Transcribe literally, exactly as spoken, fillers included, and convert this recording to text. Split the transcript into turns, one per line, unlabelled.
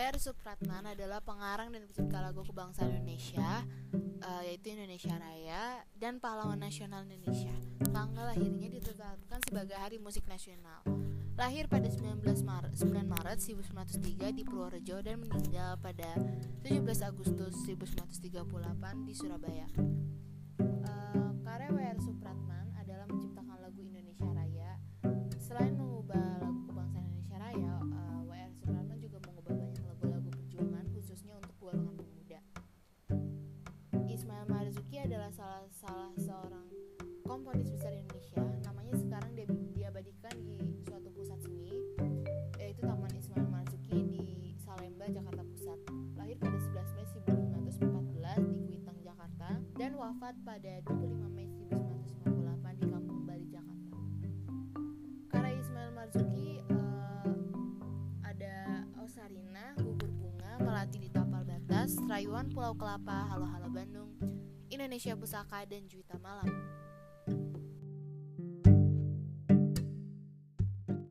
R. Supratman adalah pengarang dan pencipta lagu kebangsaan Indonesia, uh, yaitu Indonesia Raya, dan pahlawan nasional Indonesia. Tanggal lahirnya ditetapkan sebagai Hari Musik Nasional. Lahir pada sembilan belas Maret, sembilan Maret seribu sembilan ratus tiga di Purworejo dan meninggal pada tujuh belas Agustus seribu sembilan ratus tiga puluh delapan di Surabaya. Uh, karya W R. Supratman adalah menciptakan lagu Indonesia Raya. Selain mengubah lagu kebangsaan Indonesia Raya, uh, W R. Supratman juga mengubah banyak lagu-lagu perjuangan khususnya untuk golongan pemuda. Ismail Marzuki adalah salah salah seorang komponis besar Indonesia. Namanya sekarang di, diabadikan di suatu pusat seni, yaitu Taman Ismail Marzuki di Salemba, Jakarta Pusat. Lahir pada sebelas Mei seribu lima ratus empat belas di Kuitang, Jakarta, dan wafat pada dua puluh lima Mei seribu sembilan ratus lima puluh delapan di Kampung Bali, Jakarta. Karya Ismail Marzuki uh, ada Osarina, Gugur Bunga, Melati di Tapal Batas, Rayuan Pulau Kelapa, Halo Halo Bandung, Indonesia Pusaka, dan Juwita Malam.